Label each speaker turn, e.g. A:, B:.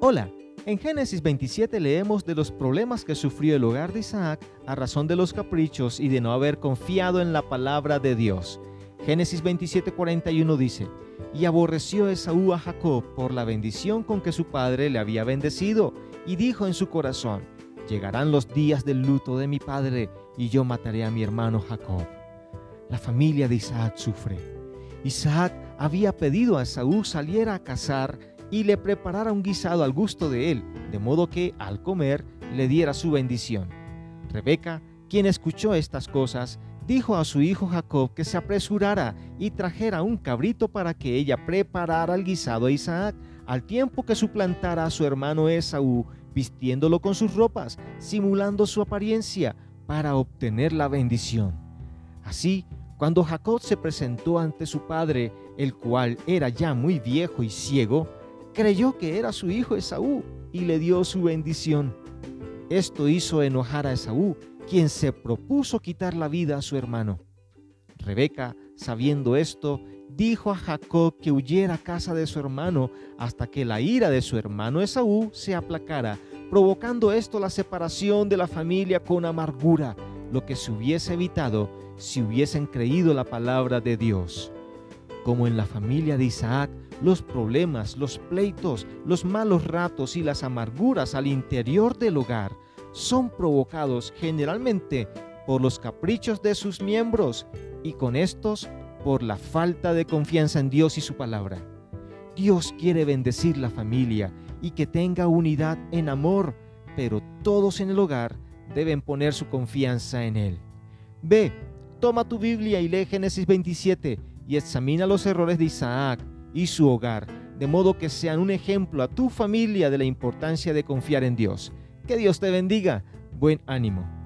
A: Hola, en Génesis 27 leemos de los problemas que sufrió el hogar de Isaac a razón de los caprichos y de no haber confiado en la palabra de Dios. Génesis 27:41 dice: Y aborreció Esaú a Jacob por la bendición con que su padre le había bendecido, y dijo en su corazón: Llegarán los días del luto de mi padre, y yo mataré a mi hermano Jacob. La familia de Isaac sufre. Isaac había pedido a Esaú saliera a cazar y le preparara un guisado al gusto de él, de modo que, al comer, le diera su bendición. Rebeca, quien escuchó estas cosas, dijo a su hijo Jacob que se apresurara y trajera un cabrito para que ella preparara el guisado a Isaac, al tiempo que suplantara a su hermano Esaú, vistiéndolo con sus ropas, simulando su apariencia, para obtener la bendición. Así, cuando Jacob se presentó ante su padre, el cual era ya muy viejo y ciego, creyó que era su hijo Esaú y le dio su bendición. Esto hizo enojar a Esaú, quien se propuso quitar la vida a su hermano. Rebeca, sabiendo esto, dijo a Jacob que huyera a casa de su hermano hasta que la ira de su hermano Esaú se aplacara, provocando esto la separación de la familia con amargura, lo que se hubiese evitado si hubiesen creído la palabra de Dios. Como en la familia de Isaac, los problemas, los pleitos, los malos ratos y las amarguras al interior del hogar son provocados generalmente por los caprichos de sus miembros y con estos por la falta de confianza en Dios y su palabra. Dios quiere bendecir la familia y que tenga unidad en amor, pero todos en el hogar deben poner su confianza en Él. Ve, toma tu Biblia y lee Génesis 27 y examina los errores de Isaac y su hogar, de modo que sean un ejemplo a tu familia de la importancia de confiar en Dios. Que Dios te bendiga. Buen ánimo.